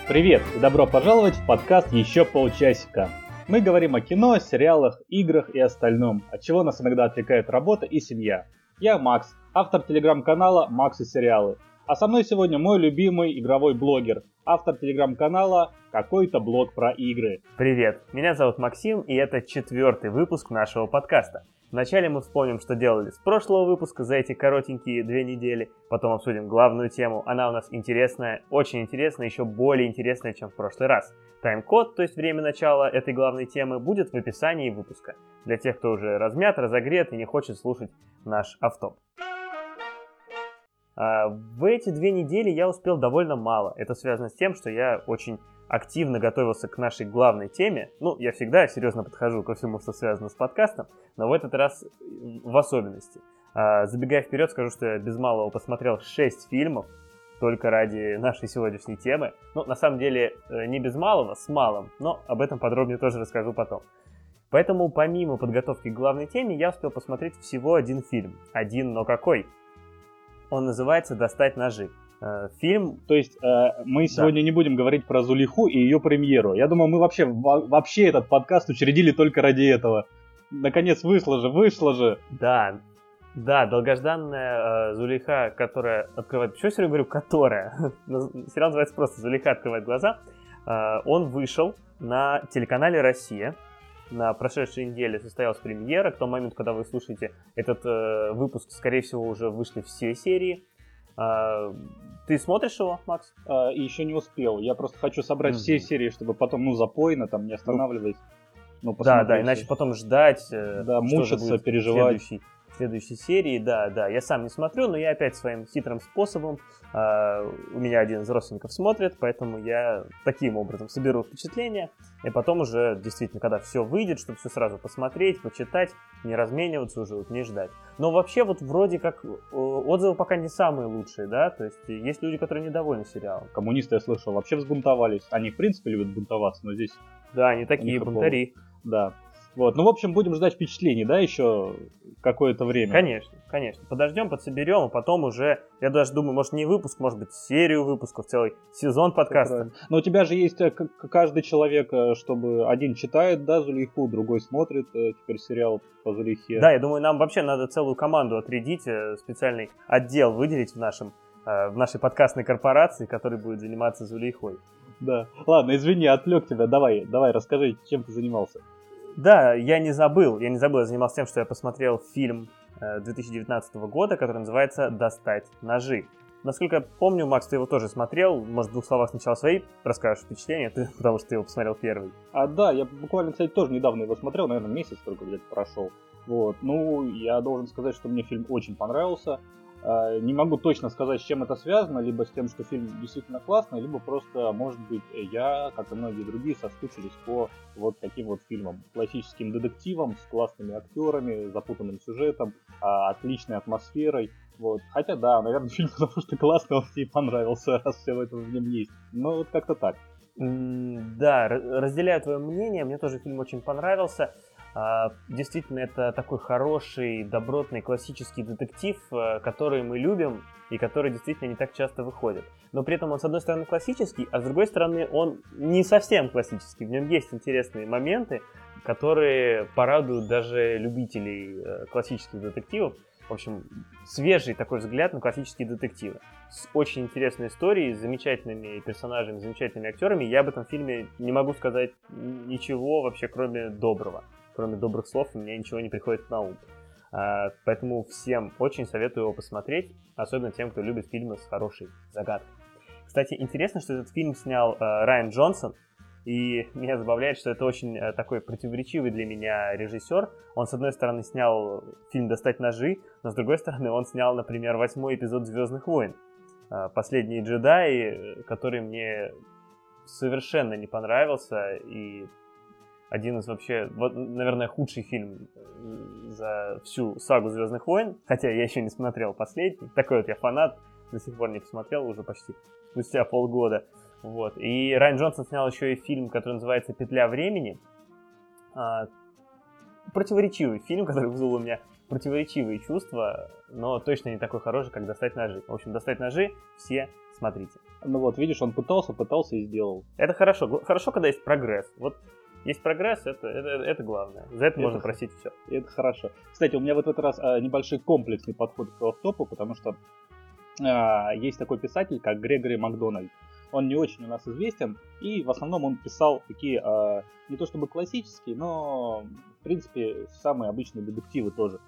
Привет и добро пожаловать в подкаст «Еще полчасика». Мы говорим о кино, сериалах, играх и остальном, от чего нас иногда отвлекает работа и семья. Я Макс, автор телеграм-канала «Макс и сериалы». А со мной сегодня мой любимый игровой блогер, автор телеграм-канала «Какой-то блог про игры». Привет, меня зовут Максим, и это 4-й выпуск нашего подкаста. Вначале мы вспомним, что делали с прошлого выпуска за эти коротенькие 2 недели, потом обсудим главную тему, она у нас интересная, очень интересная, еще более интересная, чем в прошлый раз. Тайм-код, то есть время начала этой главной темы, будет в описании выпуска, для тех, кто уже размят, разогрет и не хочет слушать наш автоп. В эти 2 недели я успел довольно мало, это связано с тем, что я очень активно готовился к нашей главной теме. Я всегда серьезно подхожу ко всему, что связано с подкастом, но в этот раз в особенности. Забегая вперед, скажу, что я без малого посмотрел 6 фильмов только ради нашей сегодняшней темы. На самом деле, не без малого, с малым, но об этом подробнее тоже расскажу потом. Поэтому, помимо подготовки к главной теме, я успел посмотреть всего один фильм. Один, но какой? Он называется «Достать ножи». Фильм... То есть мы сегодня не будем говорить про Зулейху и ее премьеру. Я думаю, мы вообще этот подкаст учредили только ради этого. Наконец вышло же. Да, долгожданная Зулейха, которая открывает... Почему я все время говорю «которая»? Сериал называется просто «Зулейха открывает глаза». Он вышел на телеканале «Россия». На прошедшей неделе состоялась премьера. К тому моменту, когда вы слушаете этот выпуск, скорее всего, уже вышли все серии. Ты смотришь его, Макс? Еще не успел. Я просто хочу собрать все серии, чтобы потом, запойно, там, не останавливаясь. Да, иначе потом ждать, мучиться, переживать. В следующей серии, да. Я сам не смотрю, но я опять своим хитрым способом. У меня один из родственников смотрит, поэтому я таким образом соберу впечатления. И потом уже, действительно, когда все выйдет, чтобы все сразу посмотреть, почитать, не размениваться уже, не ждать. Но вообще, вроде как, отзывы пока не самые лучшие, да? То есть, есть люди, которые недовольны сериалом. Коммунисты, я слышал, вообще взбунтовались. Они, в принципе, любят бунтоваться, но здесь... Да, они такие бунтари. Да. В общем, будем ждать впечатлений, да, еще какое-то время. Конечно. Подождем, подсоберем, а потом уже, я даже думаю, может не выпуск, может быть серию выпусков, целый сезон подкаста. Но у тебя же есть каждый человек, чтобы один читает, да, Зулейху, другой смотрит теперь сериал по Зулейхе. Да, я думаю, нам вообще надо целую команду отрядить, специальный отдел выделить в нашей подкастной корпорации, который будет заниматься Зулейхой. Да, ладно, извини, отвлек тебя, давай, расскажи, чем ты занимался. Да, я не забыл, я занимался тем, что я посмотрел фильм 2019 года, который называется «Достать ножи». Насколько я помню, Макс, ты его тоже смотрел, может, в 2 словах сначала свои расскажешь впечатления, потому что ты его посмотрел первый. Да, я буквально, кстати, тоже недавно его смотрел, наверное, месяц только где-то прошел. Я должен сказать, что мне фильм очень понравился. Не могу точно сказать, с чем это связано, либо с тем, что фильм действительно классный, либо просто, может быть, я, как и многие другие, соскучились по таким фильмам. Классическим детективам, с классными актерами, запутанным сюжетом, отличной атмосферой. Хотя, да, наверное, фильм потому что классный, он мне и понравился, раз все в этом в нем есть. Как-то так. Да, разделяю твое мнение, мне тоже фильм очень понравился. Действительно, это такой хороший, добротный, классический детектив, который мы любим и который действительно не так часто выходит. Но при этом он, с одной стороны, классический, а с другой стороны, он не совсем классический. В нем есть интересные моменты, которые порадуют даже любителей классических детективов. В общем, свежий такой взгляд на классические детективы. С очень интересной историей, с замечательными персонажами, замечательными актерами. Я об этом фильме не могу сказать ничего вообще, кроме доброго. Кроме добрых слов, у меня ничего не приходит на ум. Поэтому всем очень советую его посмотреть, особенно тем, кто любит фильмы с хорошей загадкой. Кстати, интересно, что этот фильм снял Райан Джонсон, и меня забавляет, что это очень такой противоречивый для меня режиссер. Он, с одной стороны, снял фильм «Достать ножи», но, с другой стороны, он снял, например, 8-й эпизод «Звездных войн», «Последние джедаи», который мне совершенно не понравился, и один из вообще, наверное, худший фильм за всю сагу «Звездных войн», хотя я еще не смотрел последний. Такой я фанат, до сих пор не посмотрел, уже почти спустя полгода. И Райан Джонсон снял еще и фильм, который называется «Петля времени». противоречивый фильм, который вызвал у меня противоречивые чувства, но точно не такой хороший, как «Достать ножи». В общем, «Достать ножи» все смотрите. Ну вот, видишь, он пытался и сделал. Это хорошо. Хорошо, когда есть прогресс. Вот есть прогресс, это главное. За это можно простить все. Это хорошо. Кстати, у меня вот в этот раз небольшой комплексный подход к офф-топу, потому что есть такой писатель, как Грегори Макдональд. Он не очень у нас известен, и в основном он писал такие, не то чтобы классические, но, в принципе, самые обычные детективы тоже.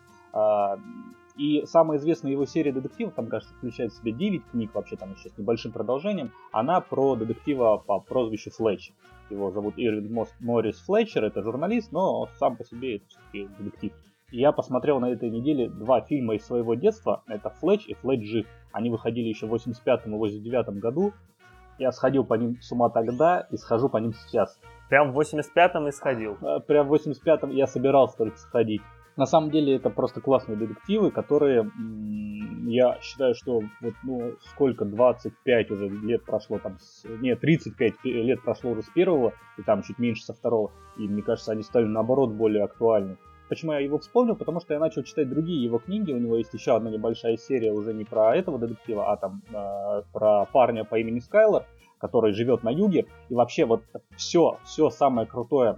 И самая известная его серия детективов, там, кажется, включает в себя 9 книг, вообще там еще с небольшим продолжением, она про детектива по прозвищу Флетчер. Его зовут Ирвин Моррис Флетчер, это журналист, но сам по себе это все-таки детектив. И я посмотрел на этой неделе 2 фильма из своего детства, это «Флетч» и «Флетч жив». Они выходили еще в 85-м и 89-м году. Я сходил по ним с ума тогда и схожу по ним сейчас. Прям в 85-м и сходил? Прям в 85-м я собирался только сходить. На самом деле это просто классные детективы, которые, я считаю, что вот, сколько, 25 уже лет прошло, 35 лет прошло уже с первого, и там чуть меньше со второго, и мне кажется, они стали наоборот более актуальны. Почему я его вспомнил? Потому что я начал читать другие его книги, у него есть еще одна небольшая серия уже не про этого детектива, а там про парня по имени Скайлер, который живет на юге, и вообще вот все самое крутое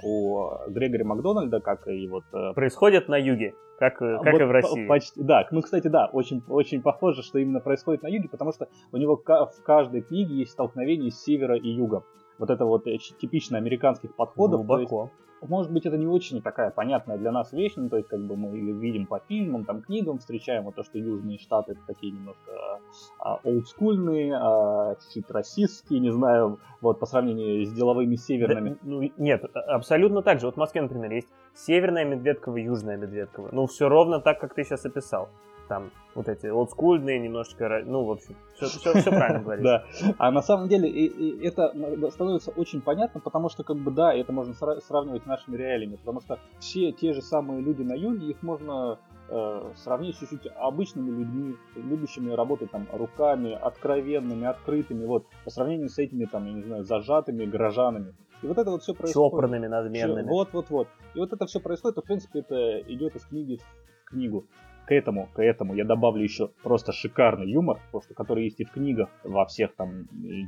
у Грегори Макдональда, как и вот... Происходит на юге, как вот и в России. Почти, да, кстати, да, очень, очень похоже, что именно происходит на юге, потому что у него в каждой книге есть столкновение с севера и юга. Вот это вот типично американских подходов. Глубоко. Может быть, это не очень такая понятная для нас вещь, то есть как бы мы видим по фильмам, там, книгам, встречаем вот то, что южные штаты это такие немножко олдскульные, чуть-чуть расистские, не знаю, вот по сравнению с деловыми северными. Да, нет, абсолютно так же. Вот в Москве, например, есть северная Медведково, южная Медведково. Все ровно так, как ты сейчас описал. Там вот эти олдскульные немножечко, в общем, все правильно говоришь. Да, а на самом деле это становится очень понятно, потому что, да, это можно сравнивать с нашими реалиями, потому что все те же самые люди на юге, их можно сравнить с чуть-чуть обычными людьми, любящими работать там руками, откровенными, открытыми, вот, по сравнению с этими, там, я не знаю, зажатыми горожанами. И вот это вот все происходит. Чопорными, надменными. Вот. И вот это все происходит, и, в принципе, это идет из книги в книгу. К этому я добавлю еще просто шикарный юмор, который есть и в книгах во всех там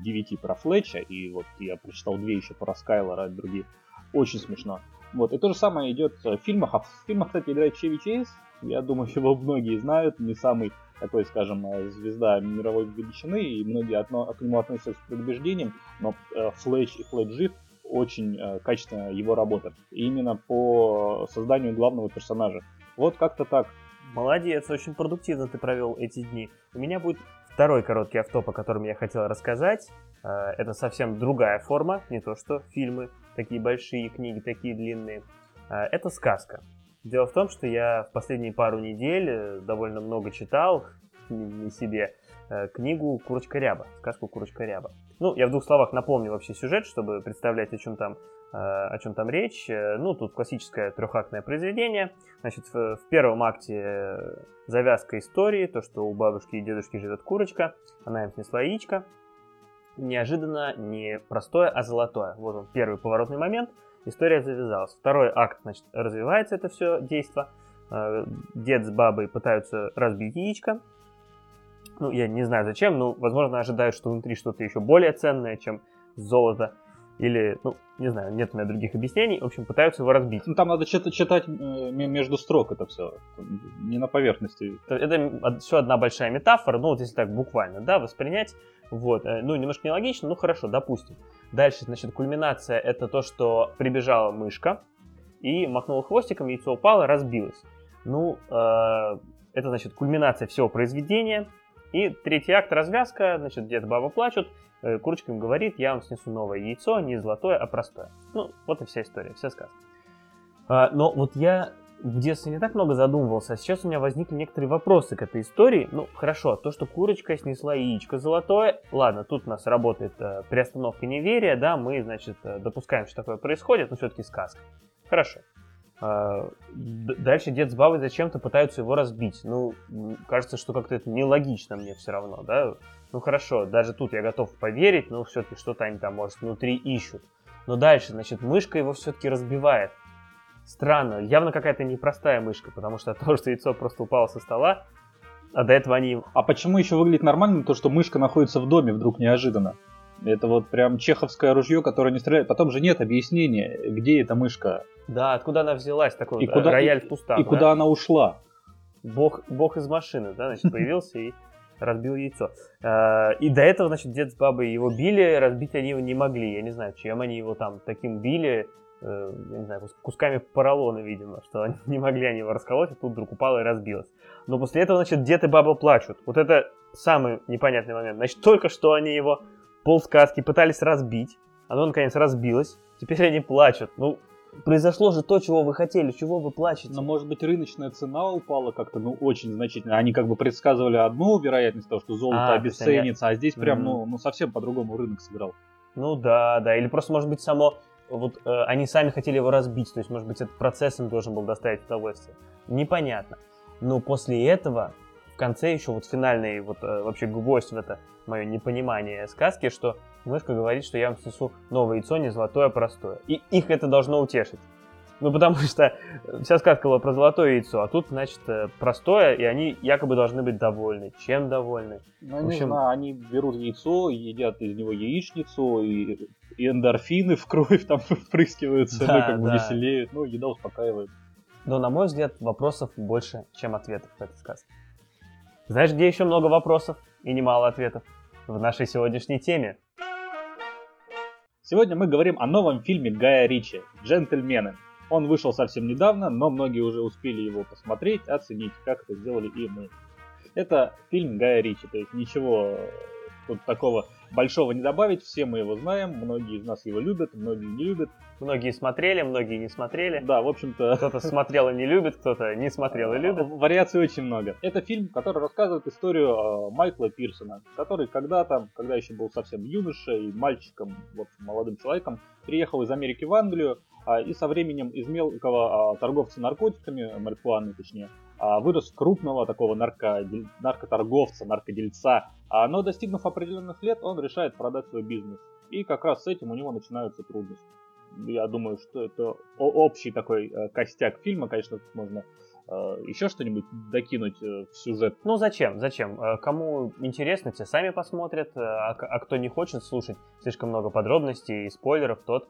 9 про Флетча, и вот я прочитал 2 еще про Скайлора и другие. Очень смешно. Вот, и то же самое идет в фильмах. А в фильмах, кстати, играет Чеви Чейз. Я думаю, его многие знают. Не самый такой, скажем, звезда мировой величины, и многие к нему относятся с предубеждением, но Флетч и Флетч жив очень качественная его работа. И именно по созданию главного персонажа. Вот как-то так. Молодец, очень продуктивно ты провел эти дни. У меня будет второй короткий автоп, о котором я хотел рассказать. Это совсем другая форма, не то что фильмы, такие большие, книги такие длинные. Это сказка. Дело в том, что я в последние пару недель довольно много читал, не себе, книгу «Курочка Ряба», сказку «Курочка Ряба». Я в 2 словах напомню вообще сюжет, чтобы представлять, о чем там речь. Тут классическое 3-актное произведение. Значит, в первом акте завязка истории, то, что у бабушки и дедушки живет курочка, она им снесла яичко. Неожиданно не простое, а золотое. Вот он, первый поворотный момент. История завязалась. Второй акт, значит, развивается это все действо. Дед с бабой пытаются разбить яичко. Я не знаю зачем, возможно, ожидают, что внутри что-то еще более ценное, чем золото. Или, не знаю, нет у меня других объяснений. В общем, пытаются его разбить. Там надо читать между строк это все, не на поверхности. Это все одна большая метафора, если так буквально, да, воспринять. Вот, немножко нелогично, хорошо, допустим. Дальше, значит, кульминация — это то, что прибежала мышка и махнула хвостиком, яйцо упало, разбилось. Это, значит, кульминация всего произведения. И 3-й акт — развязка, значит, дед и баба плачут. Курочка им говорит: я вам снесу новое яйцо, не золотое, а простое. Вот и вся история, вся сказка. Но вот я в детстве не так много задумывался, а сейчас у меня возникли некоторые вопросы к этой истории. Хорошо, то, что курочка снесла яичко золотое, ладно, тут у нас работает приостановка неверия, да, мы, значит, допускаем, что такое происходит, но все-таки сказка. Хорошо. Дальше дед с бабой зачем-то пытаются его разбить. Кажется, что как-то это нелогично мне все равно, да. Хорошо, даже тут я готов поверить, но все-таки что-то они там, может, внутри ищут. Но дальше, значит, мышка его все-таки разбивает. странно. Явно какая-то непростая мышка, потому что от того, что яйцо просто упало со стола, а до этого они... А почему еще выглядит нормально то, что мышка находится в доме вдруг неожиданно? Это вот прям чеховское ружье, которое не стреляет. Потом же нет объяснения, где эта мышка. Да, откуда она взялась, такой вот куда, рояль в кустах. И да? куда она ушла. Бог из машины, да, значит, появился и разбил яйцо. И до этого, значит, дед с бабой его били, разбить они его не могли. Я не знаю, чем они его там таким били. Я не знаю, кусками поролона, видимо, что не могли они его расколоть, а тут вдруг упало и разбилось. Но после этого, значит, дед и баба плачут. Вот это самый непонятный момент. Значит, только что они его полсказки пытались разбить, оно наконец разбилось, теперь они плачут. Ну, произошло же то, чего вы хотели, чего вы плачете? Но, может быть, рыночная цена упала как-то, очень значительно. Они как бы предсказывали одну вероятность того, что золото обесценится, а здесь прям, совсем по-другому рынок сыграл. Ну да, или просто, может быть, они сами хотели его разбить, то есть, может быть, этот процесс им должен был доставить удовольствие. Непонятно. Но после этого, в конце еще финальный вообще гвоздь в это мое непонимание сказки, что мышка говорит, что я вам снесу новое яйцо, не золотое, а простое. И их это должно утешить. Ну, потому что вся сказка была про золотое яйцо, а тут, значит, простое, и они якобы должны быть довольны. Чем довольны? Ну, не знаю, они берут яйцо, едят из него яичницу, и эндорфины в кровь там впрыскиваются, веселеют. Еда успокаивает. Но, на мой взгляд, вопросов больше, чем ответов в этой сказке. Знаешь, где еще много вопросов и немало ответов? В нашей сегодняшней теме. Сегодня мы говорим о новом фильме Гая Ричи «Джентльмены». Он вышел совсем недавно, но многие уже успели его посмотреть, оценить, как это сделали и мы. Это фильм Гая Ричи, то есть ничего тут такого большого не добавить, все мы его знаем, многие из нас его любят, многие не любят. Многие смотрели, многие не смотрели. Да, в общем-то... Кто-то смотрел и не любит, кто-то не смотрел и любит. Вариаций очень много. Это фильм, который рассказывает историю Майкла Пирсона, который когда-то, когда еще был совсем юношей, мальчиком, в общем, молодым человеком, приехал из Америки в Англию, и со временем из мелкого торговца наркотиками, марихуаны точнее, вырос в крупного такого наркоторговца, наркодельца. Но достигнув определенных лет, он решает продать свой бизнес. И как раз с этим у него начинаются трудности. Я думаю, что это общий такой костяк фильма. Конечно, тут можно еще что-нибудь докинуть в сюжет. Ну зачем? Кому интересно, те сами посмотрят. А кто не хочет слушать слишком много подробностей и спойлеров, тот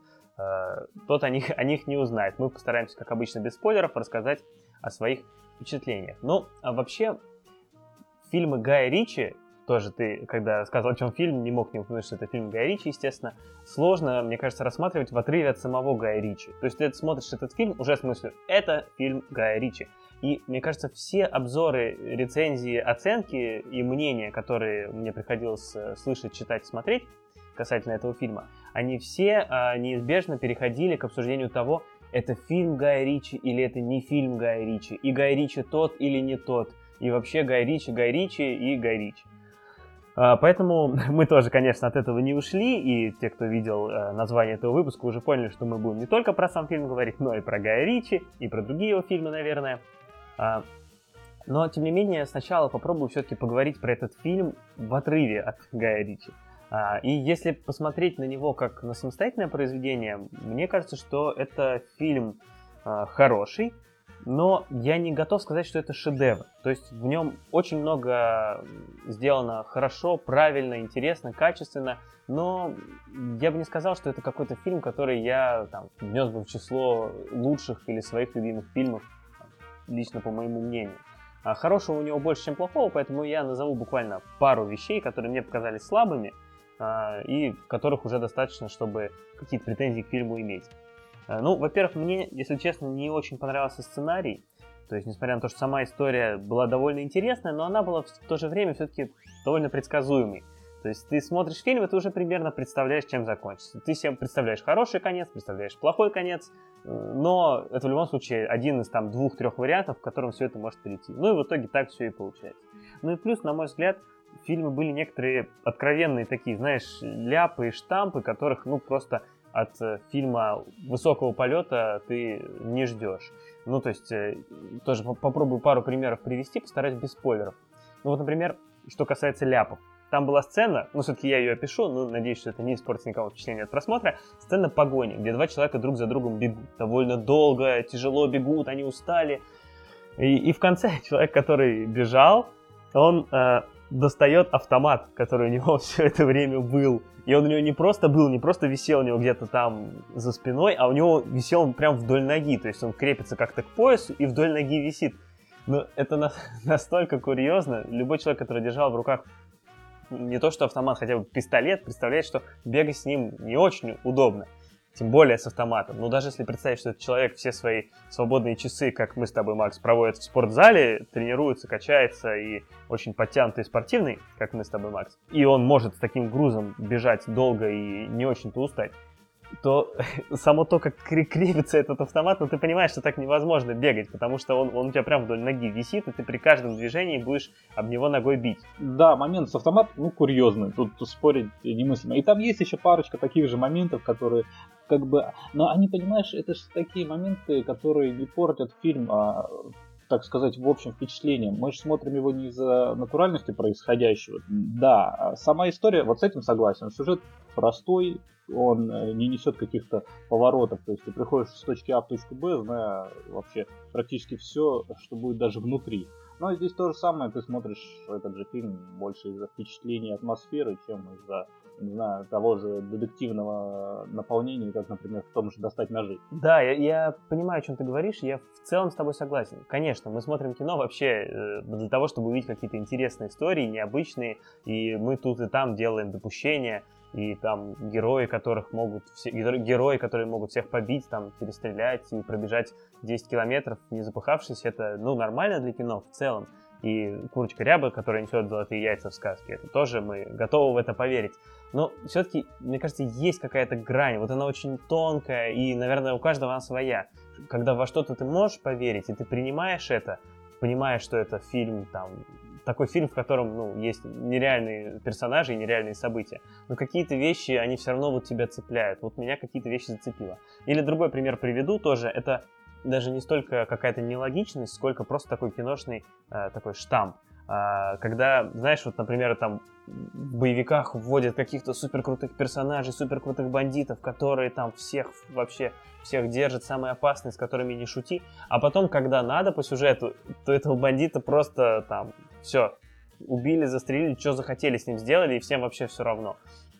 о них не узнает. Мы постараемся, как обычно, без спойлеров рассказать о своих впечатлениях. Ну, а вообще, фильмы Гая Ричи, тоже ты, когда рассказывал, о чем фильм, не мог не упомянуть, что это фильм Гая Ричи, естественно, сложно, мне кажется, рассматривать в отрыве от самого Гая Ричи. То есть ты смотришь этот фильм уже с мыслью, это фильм Гая Ричи. И, мне кажется, все обзоры, рецензии, оценки и мнения, которые мне приходилось слышать, читать, смотреть касательно этого фильма, они все неизбежно переходили к обсуждению того, это фильм Гая Ричи или это не фильм Гая Ричи, и Гай Ричи тот или не тот, и вообще Гай Ричи и Гай Ричи. Поэтому мы тоже, конечно, от этого не ушли, и те, кто видел название этого выпуска, уже поняли, что мы будем не только про сам фильм говорить, но и про Гая Ричи, и про другие его фильмы, наверное. Но, тем не менее, сначала попробую все-таки поговорить про этот фильм в отрыве от Гая Ричи. И если посмотреть на него как на самостоятельное произведение, мне кажется, что это фильм хороший, но я не готов сказать, что это шедевр. То есть в нем очень много сделано хорошо, правильно, интересно, качественно, но я бы не сказал, что это какой-то фильм, который я внес бы в число лучших или своих любимых фильмов, лично по моему мнению. Хорошего у него больше, чем плохого, поэтому я назову буквально пару вещей, которые мне показались слабыми, и которых уже достаточно, чтобы какие-то претензии к фильму иметь. Ну, во-первых, мне, если честно, не очень понравился сценарий. То есть, несмотря на то, что сама история была довольно интересная, но она была в то же время все-таки довольно предсказуемой. То есть, ты смотришь фильм, и ты уже примерно представляешь, чем закончится. Ты себе представляешь хороший конец, представляешь плохой конец, но это в любом случае один из 2-3 вариантов, в котором все это может перейти. Ну и в итоге так все и получается. Ну и плюс, на мой взгляд, в фильме были некоторые откровенные такие, знаешь, ляпы и штампы, которых, просто от фильма высокого полета ты не ждешь. Ну, то есть, тоже попробую пару примеров привести, постараюсь без спойлеров. Ну, вот, например, что касается ляпов. там была сцена, ну, все-таки я ее опишу, но надеюсь, что это не испортит никому впечатление от просмотра. Сцена погони, где два человека друг за другом бегут. Довольно долго, тяжело бегут, они устали. И в конце человек, который бежал, он достает автомат, который у него все это время был. И он у него не просто был, не просто висел у него где-то там за спиной, а у него висел он прям вдоль ноги. То есть он крепится как-то к поясу и вдоль ноги висит. Но это настолько курьезно. Любой человек, который держал в руках не то что автомат, хотя бы пистолет, представляет, что бегать с ним не очень удобно. Тем более с автоматом. Но даже если представить, что этот человек все свои свободные часы, как мы с тобой, Макс, проводит в спортзале, тренируется, качается и очень подтянутый и спортивный, как мы с тобой, Макс, и он может с таким грузом бежать долго и не очень-то устать, то само то, как крепится этот автомат, ну ты понимаешь, что так невозможно бегать, потому что он у тебя прям вдоль ноги висит, и ты при каждом движении будешь об него ногой бить. Да, момент с автоматом, курьезный, тут спорить немыслимо. И там есть еще парочка таких же моментов, которые как бы... Но они, понимаешь, это же такие моменты, которые не портят фильм, так сказать, в общем впечатлением. Мы же смотрим его не из-за натуральности происходящего. Да, сама история, вот с этим согласен, сюжет простой, он не несет каких-то поворотов, то есть ты приходишь с точки А в точку Б, зная вообще практически все, что будет даже внутри. Но здесь то же самое, ты смотришь этот же фильм больше из-за впечатления и атмосферы, чем из-за, не знаю, того же детективного наполнения, как, например, в том же «Достать ножи». Да, я понимаю, о чем ты говоришь, я в целом с тобой согласен. Конечно, мы смотрим кино вообще для того, чтобы увидеть какие-то интересные истории, необычные, и мы тут и там делаем допущения, и там герои, которые могут всех побить, там, перестрелять и пробежать 10 километров, не запыхавшись, это, нормально для кино в целом. И курочка Ряба, которая несет золотые яйца в сказке, это тоже мы готовы в это поверить. Но все-таки, мне кажется, есть какая-то грань, вот она очень тонкая, и, наверное, у каждого она своя. Когда во что-то ты можешь поверить, и ты принимаешь это, понимаешь, что это фильм, там, такой фильм, в котором, есть нереальные персонажи и нереальные события. Но какие-то вещи, они все равно вот тебя цепляют. Вот меня какие-то вещи зацепило. Или другой пример приведу тоже. Это даже не столько какая-то нелогичность, сколько просто такой киношный такой штамп. Когда, знаешь, вот, например, там в боевиках вводят каких-то суперкрутых персонажей, суперкрутых бандитов, которые там всех держат, самые опасные, с которыми не шути, а потом, когда надо по сюжету, то этого бандита просто там все, убили, застрелили, что захотели с ним сделали, и всем вообще все равно.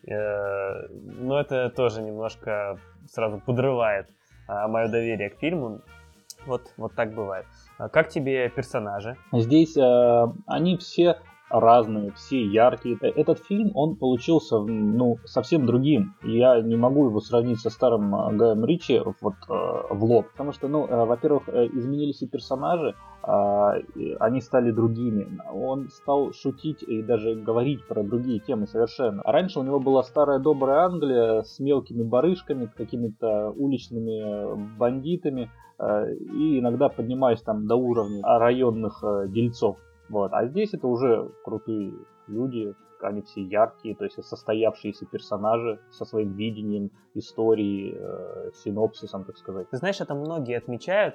Но это тоже немножко сразу подрывает мое доверие к фильму. Вот так бывает. Как тебе персонажи? Здесь они все разные, все яркие. Этот фильм, он получился, совсем другим. Я не могу его сравнить со старым Гаем Ричи в лоб. Потому что, во-первых, изменились и персонажи, они стали другими. Он стал шутить и даже говорить про другие темы совершенно. А раньше у него была старая добрая Англия с мелкими барышками, какими-то уличными бандитами, и иногда поднимаясь там до уровня районных дельцов. А здесь это уже крутые люди, они все яркие, то есть состоявшиеся персонажи со своим видением истории, синопсисом, так сказать. Ты знаешь, это многие отмечают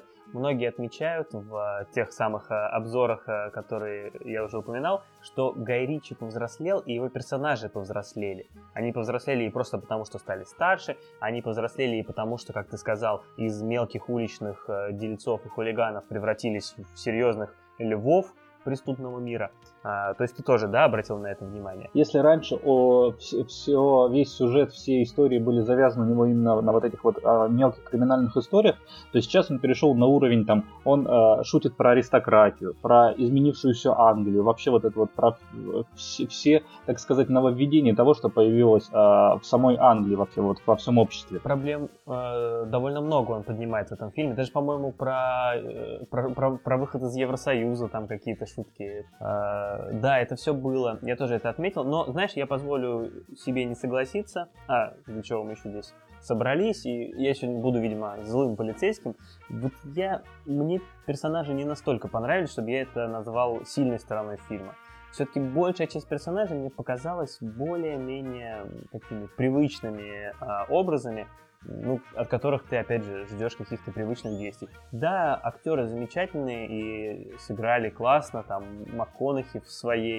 в тех самых обзорах, которые я уже упоминал, что Гай Ричи повзрослел, и его персонажи повзрослели. Они повзрослели и просто потому, что стали старше, они повзрослели и потому, что, как ты сказал, из мелких уличных дельцов и хулиганов превратились в серьезных львов преступного мира. То есть ты тоже, обратил на это внимание? Если раньше весь сюжет, все истории были завязаны у него именно на вот этих мелких криминальных историях, то сейчас он перешел на уровень, он шутит про аристократию, про изменившуюся Англию, вообще про все, так сказать, нововведения того, что появилось в самой Англии, вообще во всем обществе. Проблем довольно много он поднимает в этом фильме, даже, по-моему, про выход из Евросоюза, там какие-то шутки. Да, это все было, я тоже это отметил, но, знаешь, я позволю себе не согласиться, для чего мы еще здесь собрались, и я сегодня буду, видимо, злым полицейским. Мне персонажи не настолько понравились, чтобы я это назвал сильной стороной фильма. Все-таки большая часть персонажей мне показалась более-менее такими привычными образами, от которых ты, опять же, ждешь каких-то привычных действий. Да, актеры замечательные и сыграли классно, там МакКонахи в своей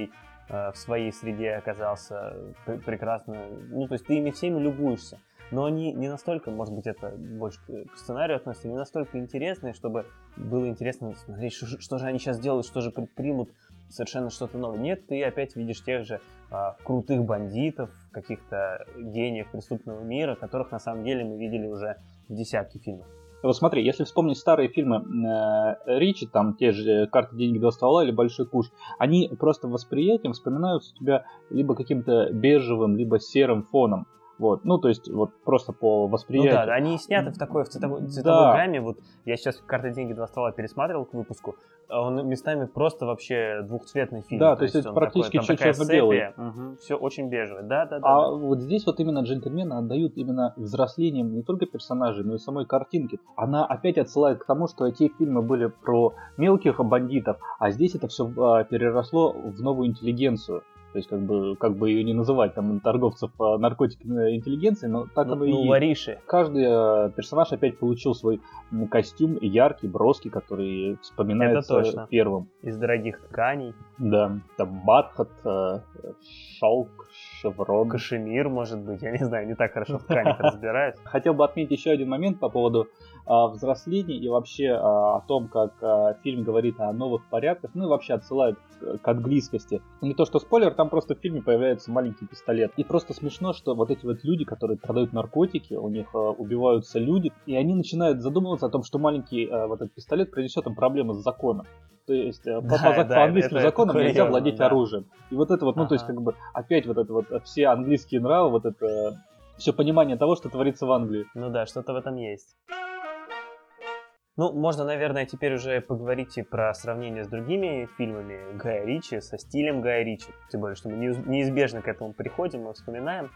в своей среде оказался прекрасно. Ну, то есть ты ими всеми любуешься. Но они не настолько, может быть, это больше к сценарию относится, не настолько интересные, чтобы было интересно смотреть, что же они сейчас делают, что же предпримут, совершенно что-то новое. Нет, ты опять видишь тех же крутых бандитов, каких-то гениев преступного мира, которых на самом деле мы видели уже в десятки фильмов. Вот смотри, если вспомнить старые фильмы Ричи, там те же «Карты, деньги, два ствола» или «Большой куш», они просто восприятием вспоминаются у тебя либо каким-то бежевым, либо серым фоном. Вот, ну, то есть, вот просто по восприятию. Ну да, они сняты в такой цветовой гамме. Вот я сейчас «Карты, деньги, два ствола» пересматривал к выпуску. Он местами просто вообще двухцветный фильм. Да, то есть это практически такой, черно-белый. Все очень бежевое. Да. Вот здесь вот именно «Джентльмены» отдают именно взрослением не только персонажей, но и самой картинки. Она опять отсылает к тому, что те фильмы были про мелких бандитов, а здесь это все переросло в новую интеллигенцию. То есть, как бы ее не называть, там, торговцев наркотиками интеллигенции, но так оно и есть. Вориши. Каждый персонаж опять получил свой костюм яркий, броский, который вспоминается первым. Из дорогих тканей. Да, там бархат, шелк, шеврон. Кашемир, может быть, я не знаю, не так хорошо в тканях разбираюсь. Хотел бы отметить еще один момент по поводу взросления и вообще о том, как фильм говорит о новых порядках, ну и вообще отсылает к английскости. Не то что спойлер, там просто в фильме появляется маленький пистолет. И просто смешно, что вот эти вот люди, которые продают наркотики, у них убиваются люди, и они начинают задумываться о том, что маленький вот этот пистолет принесет им проблемы с законом. То есть по английским законам нельзя владеть оружием. И вот это вот, ну то есть как бы опять вот это вот все английские нравы, вот это все понимание того, что творится в Англии. Ну да, что-то в этом есть. Ну, можно, наверное, теперь уже поговорить и про сравнение с другими фильмами Гая Ричи, со стилем Гая Ричи. Тем более, что мы неизбежно к этому приходим, мы вспоминаем.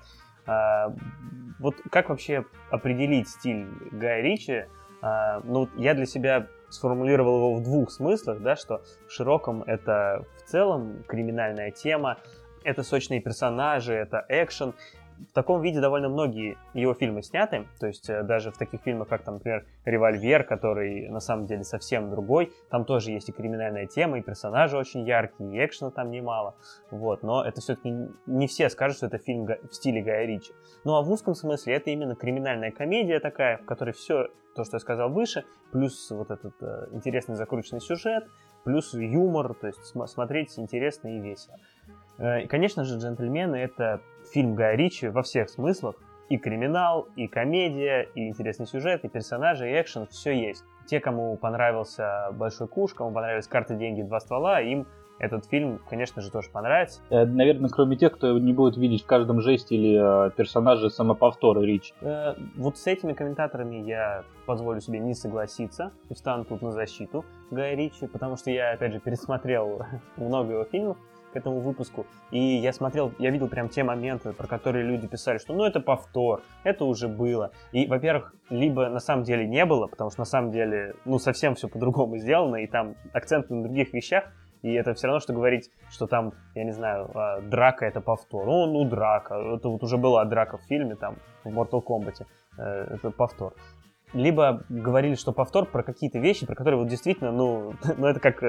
Вот как вообще определить стиль Гая Ричи? Ну, я для себя сформулировал его в двух смыслах, да, что в широком это в целом криминальная тема, это сочные персонажи, это экшен. В таком виде довольно многие его фильмы сняты, то есть даже в таких фильмах, как, там, например, «Револьвер», который на самом деле совсем другой, там тоже есть и криминальная тема, и персонажи очень яркие, и экшена там немало, вот, но это все-таки не все скажут, что это фильм в стиле Гая Ричи. Ну а в узком смысле это именно криминальная комедия такая, в которой все то, что я сказал выше, плюс вот этот интересный закрученный сюжет, плюс юмор, то есть смотреть интересно и весело. И, конечно же, «Джентльмены» — это фильм Гая Ричи во всех смыслах. И криминал, и комедия, и интересный сюжет, и персонажи, и экшен, все есть. Те, кому понравился «Большой куш», кому понравились «Карты, деньги, два ствола», им этот фильм, конечно же, тоже понравится. Наверное, кроме тех, кто не будет видеть в каждом жесте или персонаже самоповторы Ричи. Вот с этими комментаторами я позволю себе не согласиться и встану тут на защиту Гая Ричи, потому что я, опять же, пересмотрел много его фильмов к этому выпуску, и я видел прям те моменты, про которые люди писали, что ну это повтор, это уже было. И, во-первых, либо на самом деле не было, потому что на самом деле, ну, совсем все по-другому сделано, и там акценты на других вещах, и это все равно, что говорить, что там, я не знаю, драка это повтор. Ну, драка, это вот уже была драка в фильме, там, в Mortal Kombat, это повтор. Либо говорили, что повтор про какие-то вещи, про которые вот действительно, ну это как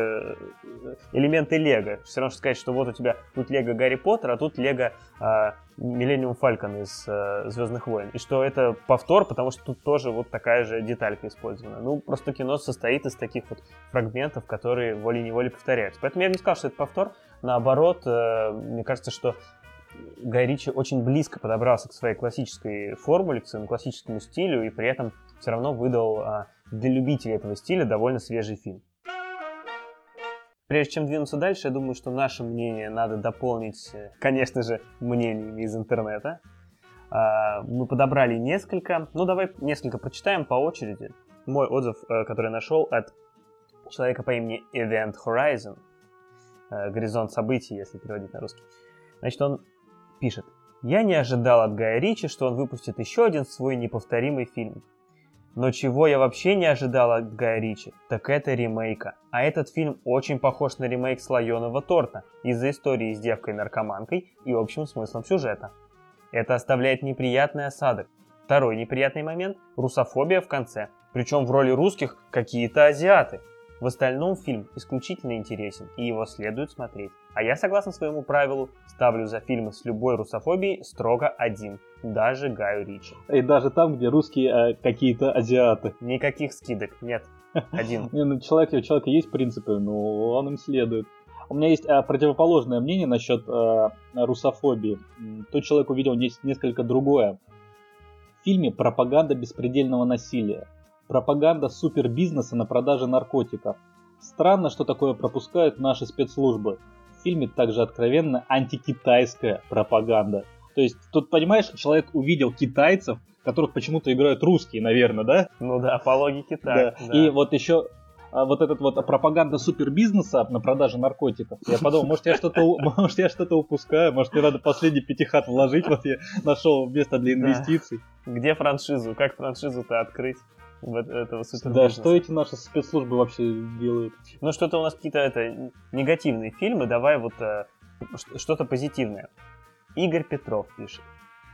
элементы Лего. Все равно, что сказать, что вот у тебя тут Лего Гарри Поттер, а тут Лего Millennium Falcon из Звездных войн. И что это повтор, потому что тут тоже вот такая же деталька использована. Ну, просто кино состоит из таких вот фрагментов, которые волей-неволей повторяются. Поэтому я бы не сказал, что это повтор. Наоборот, мне кажется, что Гай Ричи очень близко подобрался к своей классической формуле, к своему классическому стилю, и при этом все равно выдал для любителей этого стиля довольно свежий фильм. Прежде чем двинуться дальше, я думаю, что наше мнение надо дополнить, конечно же, мнениями из интернета. Мы подобрали несколько, давай несколько прочитаем по очереди. Мой отзыв, который я нашел от человека по имени Event Horizon, горизонт событий, если переводить на русский. Значит, он пишет: «Я не ожидал от Гая Ричи, что он выпустит еще один свой неповторимый фильм. Но чего я вообще не ожидал от Гая Ричи, так это ремейка. А этот фильм очень похож на ремейк «Слоеного торта» из-за истории с девкой-наркоманкой и общим смыслом сюжета. Это оставляет неприятный осадок. Второй неприятный момент – русофобия в конце, причем в роли русских какие-то азиаты. В остальном фильм исключительно интересен, и его следует смотреть. А я, согласно своему правилу, ставлю за фильмы с любой русофобией строго 1, даже Гаю Ричи. И даже там, где русские какие-то азиаты. Никаких скидок, нет. 1. У человека есть принципы, но он им следует. У меня есть противоположное мнение насчет русофобии. Тот человек увидел несколько другое. В фильме пропаганда беспредельного насилия. Пропаганда супербизнеса на продаже наркотиков. Странно, что такое пропускают наши спецслужбы. В фильме также откровенно антикитайская пропаганда. То есть, тут, понимаешь, человек увидел китайцев, которых почему-то играют русские, наверное, да? Ну да, по логике так. Да. И вот еще вот этот вот пропаганда супербизнеса на продаже наркотиков. Я подумал, может я что-то упускаю, может мне надо последний пятихат вложить, вот я нашел место для инвестиций. Да. Где франшизу? Как франшизу-то открыть? Этого супербизнеса. Да, что эти наши спецслужбы вообще делают? Ну, что-то у нас какие-то негативные фильмы, давай вот что-то позитивное. Игорь Петров пишет.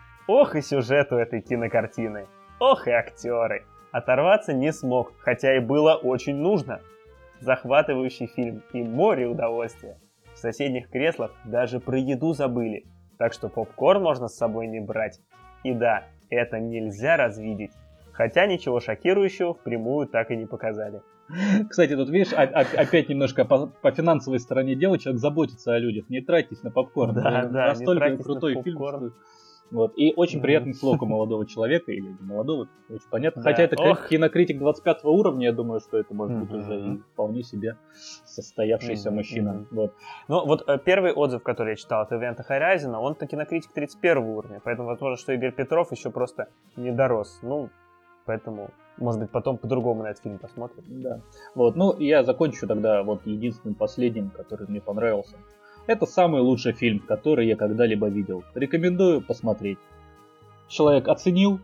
Ох и сюжет у этой кинокартины. Ох и актеры. Оторваться не смог, хотя и было очень нужно. Захватывающий фильм и море удовольствия. В соседних креслах даже про еду забыли, так что попкорн можно с собой не брать. И да, это нельзя развидеть. Хотя ничего шокирующего впрямую так и не показали. Кстати, тут видишь, опять немножко по финансовой стороне дела человек заботится о людях. Не тратьтесь на попкорн. Да, настолько крутой фильм. Вот. И очень приятный слог у молодого человека, или молодого, очень понятно. Да. Хотя это кинокритик 25 уровня, я думаю, что это может быть уже и вполне себе состоявшийся мужчина. Вот. Ну вот первый отзыв, который я читал от Ивента Харязина, он-то кинокритик 31 уровня, поэтому возможно, что Игорь Петров еще просто не дорос. Ну, поэтому, может быть, потом по-другому на этот фильм посмотрим. Да. Вот, ну, я закончу тогда вот единственным последним, который мне понравился. Это самый лучший фильм, который я когда-либо видел. Рекомендую посмотреть. Человек оценил,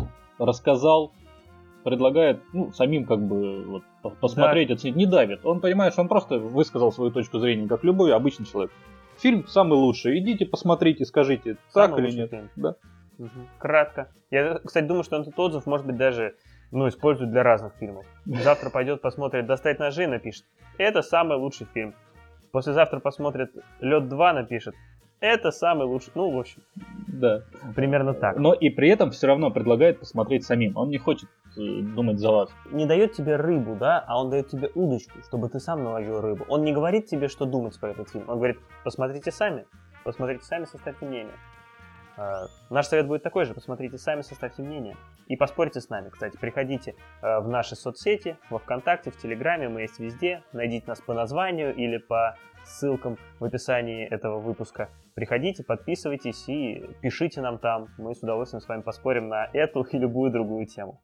рассказал, предлагает, ну, самим как бы вот, посмотреть, да. Оценить. Не давит. Он, понимаешь, он просто высказал свою точку зрения, как любой обычный человек. Фильм самый лучший. Идите, посмотрите, скажите, так или нет. Фильм. Да. Кратко. Я, кстати, думаю, что этот отзыв, может быть, даже используют для разных фильмов. Завтра пойдет, посмотрит «Достать ножи» и напишет: это самый лучший фильм. Послезавтра посмотрит «Лед 2», напишет: это самый лучший. Ну, в общем, да. Примерно так. Но и при этом все равно предлагает посмотреть самим. Он не хочет думать за вас. Не дает тебе рыбу, да, а он дает тебе удочку, чтобы ты сам наловил рыбу. Он не говорит тебе, что думать про этот фильм. Он говорит: посмотрите сами, составьте мнение. Наш совет будет такой же: посмотрите сами, составьте мнение. И поспорьте с нами, кстати. Приходите в наши соцсети, во ВКонтакте, в Телеграме, мы есть везде. Найдите нас по названию или по ссылкам в описании этого выпуска. Приходите, подписывайтесь и пишите нам там. Мы с удовольствием с вами поспорим на эту и любую другую тему.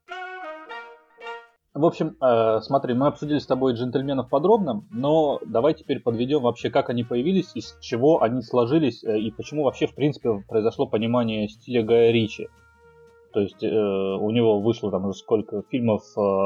В общем, смотри, мы обсудили с тобой «Джентльменов» подробно, но давай теперь подведем вообще, как они появились, из чего они сложились и почему вообще, в принципе, произошло понимание стиля Гая Ричи. То есть у него вышло там уже сколько фильмов,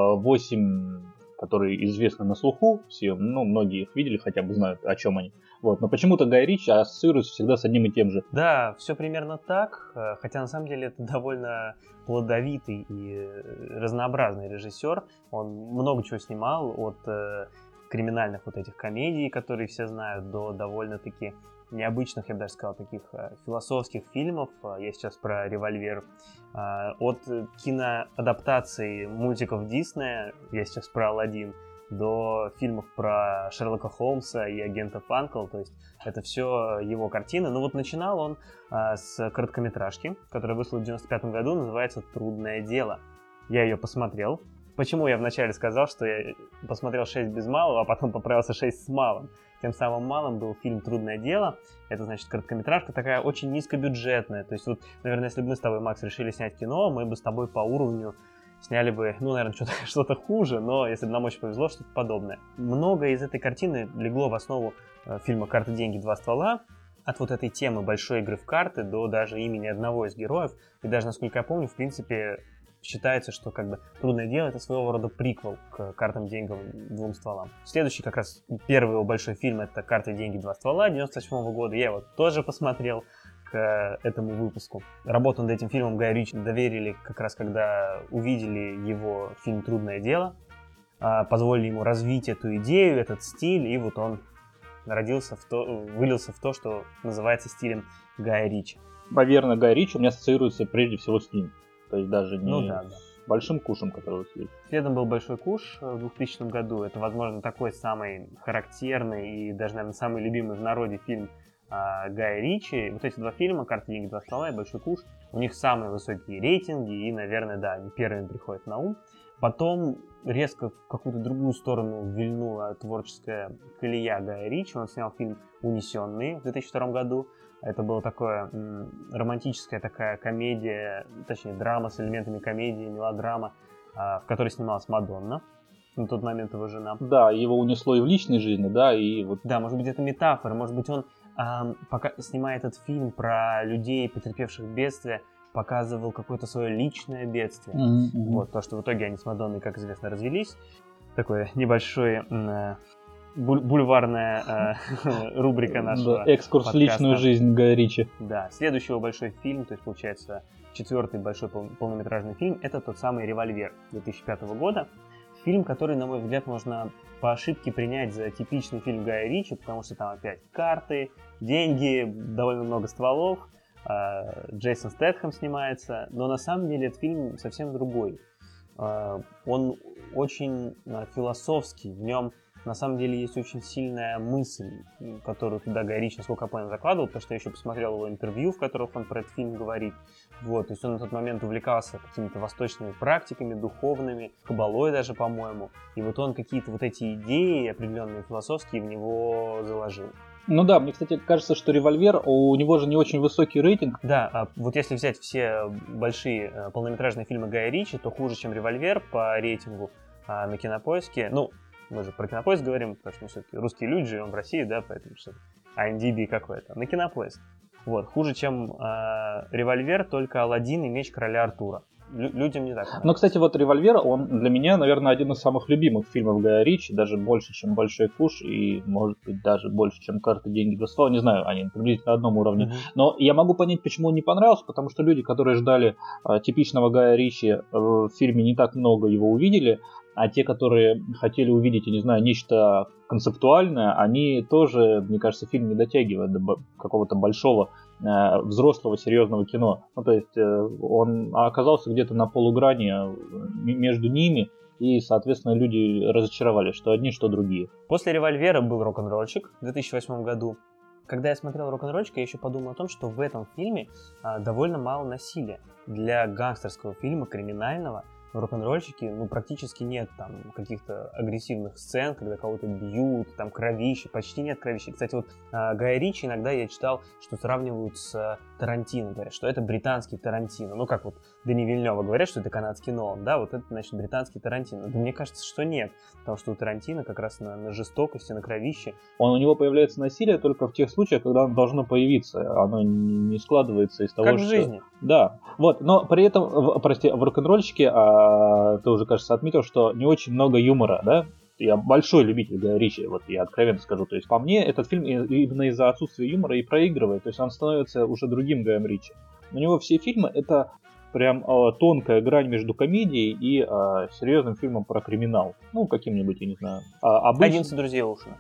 8, которые известны на слуху, все, ну, многие их видели, хотя бы знают, о чем они. Вот. Но почему-то Гай Ричи ассоциируется всегда с одним и тем же. Да, все примерно так, хотя на самом деле это довольно плодовитый и разнообразный режиссер. Он много чего снимал, от криминальных вот этих комедий, которые все знают, до довольно-таки необычных, я бы даже сказал, таких философских фильмов. Я сейчас про «Револьвер». От киноадаптаций мультиков Диснея, я сейчас про «Аладдин», до фильмов про Шерлока Холмса и агента Фанкл, то есть это все его картины. Но вот начинал он с короткометражки, которая вышла в 1995 году, называется «Трудное дело». Я ее посмотрел. Почему я вначале сказал, что я посмотрел 6 без малого, а потом поправился 6 с малым? Тем самым малым был фильм «Трудное дело». Это, значит, короткометражка такая очень низкобюджетная. То есть вот, наверное, если бы мы с тобой, Макс, решили снять кино, мы бы с тобой по уровню сняли бы, ну, наверное, что-то хуже, но если бы нам очень повезло, что-то подобное. Многое из этой картины легло в основу фильма «Карты, деньги, два ствола». От вот этой темы большой игры в карты до даже имени одного из героев. И даже, насколько я помню, в принципе, считается, что как бы «Трудное дело» — это своего рода приквел к «Картам, деньгам, двум стволам». Следующий как раз первый его большой фильм — это «Карты, деньги, два ствола» 1998 года. Я его тоже посмотрел к этому выпуску. Работу над этим фильмом Гаю Ричи доверили как раз, когда увидели его фильм «Трудное дело». позволили ему развить эту идею, этот стиль, и вот он вылился в то, что называется стилем Гая Ричи. Наверное, Гай Ричи у меня ассоциируется прежде всего с ним. То есть даже не с Большим кушем, который есть. Следом был Большой куш в 2000 году. Это, возможно, такой самый характерный и даже, наверное, самый любимый в народе фильм Гая Ричи. Вот эти два фильма, «Карты, деньги, два ствола» и «Большой куш», у них самые высокие рейтинги, и, наверное, да, они первыми приходят на ум. Потом резко в какую-то другую сторону вильнула творческая колея Гая Ричи. Он снял фильм «Унесенные» в 2002 году. Это была такая романтическая такая комедия, точнее драма с элементами комедии, мелодрама, в которой снималась Мадонна, на тот момент его жена. Да, его унесло и в личной жизни, да, и вот... Да, может быть, это метафора, может быть, он, пока снимая этот фильм про людей, потерпевших бедствие, показывал какое-то свое личное бедствие. Вот, то, что в итоге они с Мадонной, как известно, развелись. Такой небольшой... бульварная рубрика нашего экскурс подкаста. В личную жизнь Гая Ричи. Да, следующий его большой фильм, то есть, получается, 4-й большой полнометражный фильм, это тот самый «Револьвер» 2005 года. Фильм, который, на мой взгляд, можно по ошибке принять за типичный фильм Гая Ричи, потому что там опять карты, деньги, довольно много стволов, Джейсон Стэтхэм снимается, но на самом деле этот фильм совсем другой. Он очень философский, в нем на самом деле есть очень сильная мысль, которую туда Гай Ричи, насколько я понял, закладывал, потому что я еще посмотрел его интервью, в которых он про этот фильм говорит. Вот, то есть он на тот момент увлекался какими-то восточными практиками, духовными, кабалой даже, по-моему. И вот он какие-то вот эти идеи определенные философские в него заложил. Ну да, мне, кстати, кажется, что «Револьвер», у него же не очень высокий рейтинг. Да, вот если взять все большие полнометражные фильмы Гая Ричи, то хуже, чем «Револьвер» по рейтингу на Кинопоиске. Ну, мы же про Кинопоиск говорим, потому что мы все-таки русские люди, живем в России, да, поэтому что IMDb какой-то. На Кинопоиск. Вот, хуже, чем «Револьвер», только «Аладдин» и «Меч короля Артура». Людям не так нравится. Но, кстати, вот «Револьвер», он для меня, наверное, один из самых любимых фильмов Гая Ричи, даже больше, чем «Большой куш», и, может быть, даже больше, чем «Карты, деньги, два ствола». Не знаю, они приблизительно на одном уровне. Но я могу понять, почему он не понравился, потому что люди, которые ждали типичного Гая Ричи, в фильме не так много его увидели, а те, которые хотели увидеть, я не знаю, нечто концептуальное, они тоже, мне кажется, фильм не дотягивает до какого-то большого взрослого серьезного кино. Ну, то есть он оказался где-то на полуграни между ними, и, соответственно, люди разочаровались, что одни, что другие. После «Револьвера» был «Рок-н-ролльщик» в 2008 году. Когда я смотрел «Рок-н-ролльщика», я еще подумал о том, что в этом фильме довольно мало насилия. Для гангстерского фильма, криминального, в «Рок-н-ролльщике» практически нет там каких-то агрессивных сцен, когда кого-то бьют, там кровищи, почти нет кровищи. Кстати, вот Гая Ричи иногда я читал, что сравнивают с Тарантино, говорят, что это британский Тарантино. Ну, как вот Дени Вильнёва говорят, что это канадский Нолан, да, вот это, значит, британский Тарантино. Да мне кажется, что нет, потому что у Тарантино как раз на жестокости, на кровище. У него появляется насилие только в тех случаях, когда оно должно появиться. Оно не складывается из того, как что... в жизни. Да, вот, но при этом, в «Рок-н-ролльщике» ты уже, кажется, отметил, что не очень много юмора, да? Я большой любитель Гая Ричи, вот я откровенно скажу. То есть по мне этот фильм именно из-за отсутствия юмора и проигрывает. То есть он становится уже другим Гаем Ричи. У него все фильмы это прям тонкая грань между комедией и серьезным фильмом про криминал. Ну, каким-нибудь, я не знаю. 11 друзей Оушена.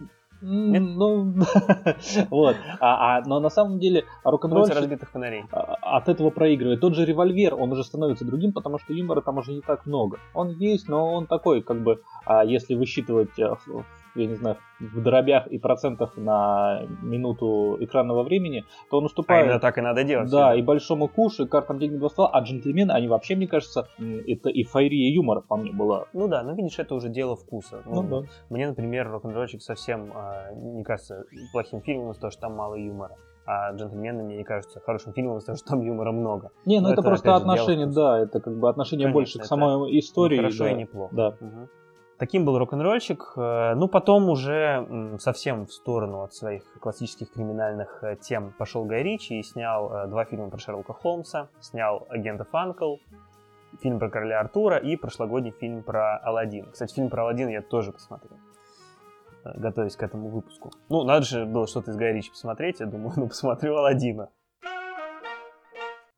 Ну, вот. Но на самом деле «Рок-н-ролльщик» разбитых фонарей от этого проигрывает. Тот же «Револьвер», он уже становится другим, потому что юмора там уже не так много. Он есть, но он такой, как бы, если высчитывать, я не знаю, в дробях и процентах на минуту экранного времени, то он уступает... именно так и надо делать. Да, и «Большому кушу», и «Картам, деньги, два ствола», а «Джентльмены», они вообще, мне кажется, это и феерия юмора по мне была. Ну да, но видишь, это уже дело вкуса. Да. Мне, например, «Рок-н-ролльщик» совсем не кажется плохим фильмом из-за того, что там мало юмора. А «Джентльмены» мне не кажутся хорошим фильмом из-за того, что там юмора много. Не, ну это просто отношение, да, это как бы отношение больше к самой истории. Хорошо да. И неплохо. Да. Угу. Таким был «Рок-н-ролльщик». Ну, потом уже совсем в сторону от своих классических криминальных тем пошел Гай Ричи и снял 2 фильма про Шерлока Холмса, снял «Агентов Анкл», фильм про короля Артура и прошлогодний фильм про Аладдин. Кстати, фильм про Аладдин я тоже посмотрел, готовясь к этому выпуску. Ну, надо же было что-то из Гая Ричи посмотреть, я думаю, посмотрю Аладдина.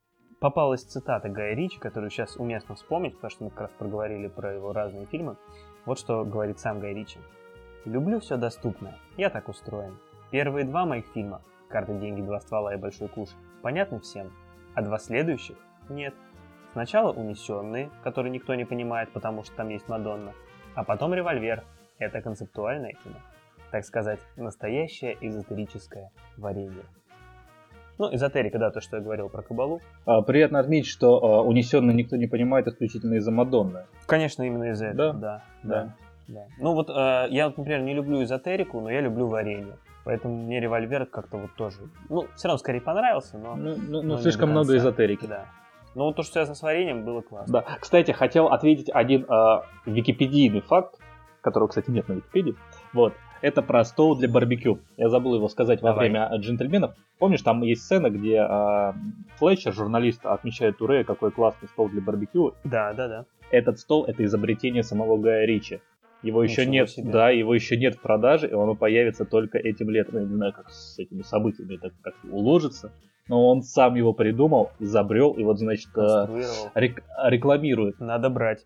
попалась цитата Гая Ричи, которую сейчас уместно вспомнить, потому что мы как раз проговорили про его разные фильмы. Вот что говорит сам Гай Ричи. «Люблю все доступное. Я так устроен. Первые 2 моих фильма «Карты, деньги, 2 ствола» и «Большой куш» понятны всем, а 2 следующих — нет. Сначала «Унесенные», которые никто не понимает, потому что там есть Мадонна, а потом «Револьвер». Это концептуальное кино. Так сказать, настоящее эзотерическое варенье». Ну, эзотерика, да, то, что я говорил про кабалу. Приятно отметить, что «Унесенный» никто не понимает исключительно из-за Мадонны. Конечно, именно из-за этого, да. Ну вот я, например, не люблю эзотерику, но я люблю варенье. Поэтому мне «Револьвер» как-то вот тоже... Ну, все равно скорее понравился, но... Ну слишком много эзотерики. Да. Но вот то, что связано с вареньем, было классно. Да. Кстати, хотел ответить один википедийный факт, которого, кстати, нет на Википедии. Вот. Это про стол для барбекю. Я забыл его сказать во время «Джентльменов». Помнишь, там есть сцена, где Флетчер, журналист, отмечает у Рэя, какой классный стол для барбекю. Да. Этот стол — это изобретение самого Гая Ричи. Его еще нет, да, его еще нет в продаже, и он появится только этим летом. Я не знаю, как с этими событиями это как уложится, но он сам его придумал, изобрел, и вот, значит, рекламирует. Надо брать.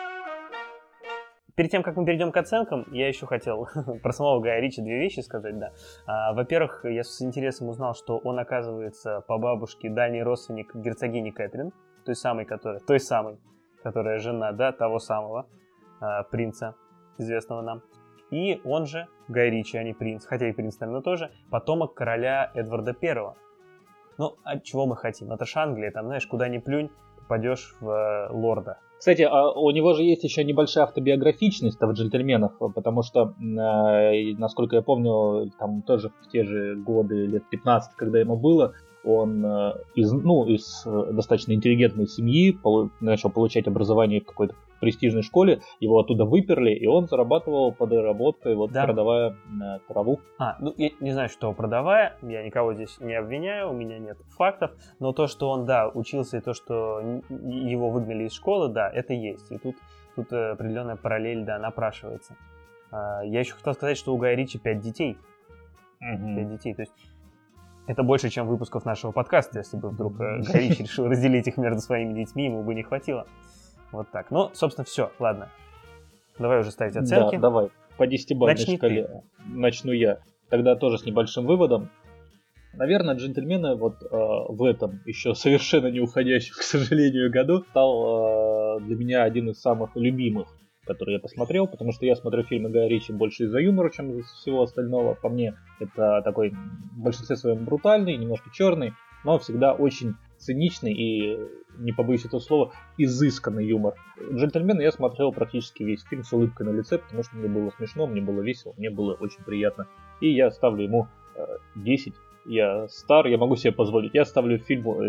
Перед тем, как мы перейдем к оценкам, я еще хотел про самого Гая Ричи 2 вещи сказать, да. Во-первых, я с интересом узнал, что он, оказывается, по бабушке дальний родственник герцогини Кэтрин, той самой, которая жена, да, того самого принца, известного нам. И он же, Гай Ричи, а не принц, хотя и принц, наверное, тоже, потомок короля Эдварда I. Ну, а чего мы хотим? Это ж Англия, там, знаешь, куда ни плюнь, попадешь в лорда. Кстати, у него же есть еще небольшая автобиографичность в «Джентльменах», потому что, насколько я помню, там тоже в те же годы, лет 15, когда ему было, он из достаточно интеллигентной семьи начал получать образование в какой-то престижной школе, его оттуда выперли, и он зарабатывал подработкой, продавая траву. Я не знаю, что продавая, я никого здесь не обвиняю, у меня нет фактов, но то, что он, учился, и то, что его выгнали из школы, это есть, и тут определенная параллель, напрашивается. Я еще хотел сказать, что у Гая Ричи 5 детей. 5 детей, то есть это больше, чем выпусков нашего подкаста, если бы вдруг Гай Ричи решил разделить их между своими детьми, ему бы не хватило. Вот так. Ну, собственно, все. Ладно. Давай уже ставить оценки. Да, давай. По 10-бальной шкале начну я. Тогда тоже с небольшим выводом. Наверное, «Джентльмены» в этом еще совершенно не уходящем, к сожалению, году стал для меня один из самых любимых, который я посмотрел, потому что я смотрю фильмы Гая Ричи больше из-за юмора, чем из всего остального. По мне, это такой в большинстве своем брутальный, немножко черный, но всегда очень циничный и, не побоюсь этого слова, изысканный юмор. «Джентльмены» я смотрел практически весь фильм с улыбкой на лице, потому что мне было смешно, мне было весело, мне было очень приятно. И я ставлю ему 10. Я стар, я могу себе позволить. Я ставлю фильму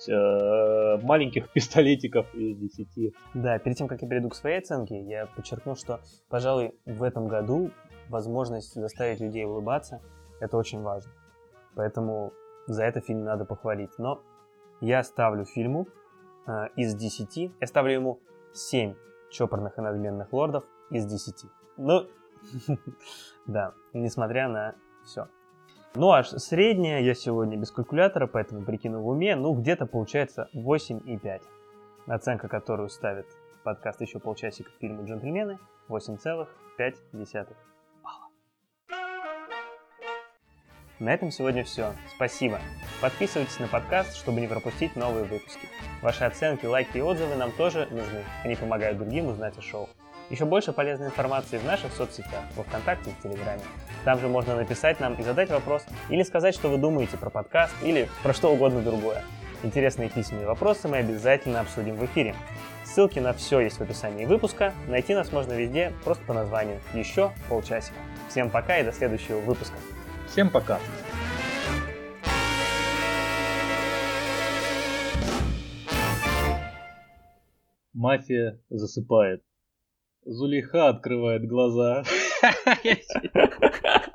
10 маленьких пистолетиков из 10. Да, перед тем, как я перейду к своей оценке, я подчеркну, что, пожалуй, в этом году возможность заставить людей улыбаться — это очень важно. Поэтому за это фильм надо похвалить. Но я ставлю фильму из 10, я ставлю ему 7 чопорных и надменных лордов из 10. Ну, да, несмотря на все. Ну, аж средняя, я сегодня без калькулятора, поэтому прикину в уме, где-то получается 8,5. Оценка, которую ставит подкаст «Еще полчасика» фильму «Джентльмены» 8,5 балла. На этом сегодня все. Спасибо. Подписывайтесь на подкаст, чтобы не пропустить новые выпуски. Ваши оценки, лайки и отзывы нам тоже нужны. Они помогают другим узнать о шоу. Еще больше полезной информации в наших соцсетях, во ВКонтакте и в Телеграме. Там же можно написать нам и задать вопрос, или сказать, что вы думаете про подкаст, или про что угодно другое. Интересные письма и вопросы мы обязательно обсудим в эфире. Ссылки на все есть в описании выпуска. Найти нас можно везде, просто по названию «Еще полчасика». Всем пока и до следующего выпуска. Всем пока. Мафия засыпает. Зулейха открывает глаза.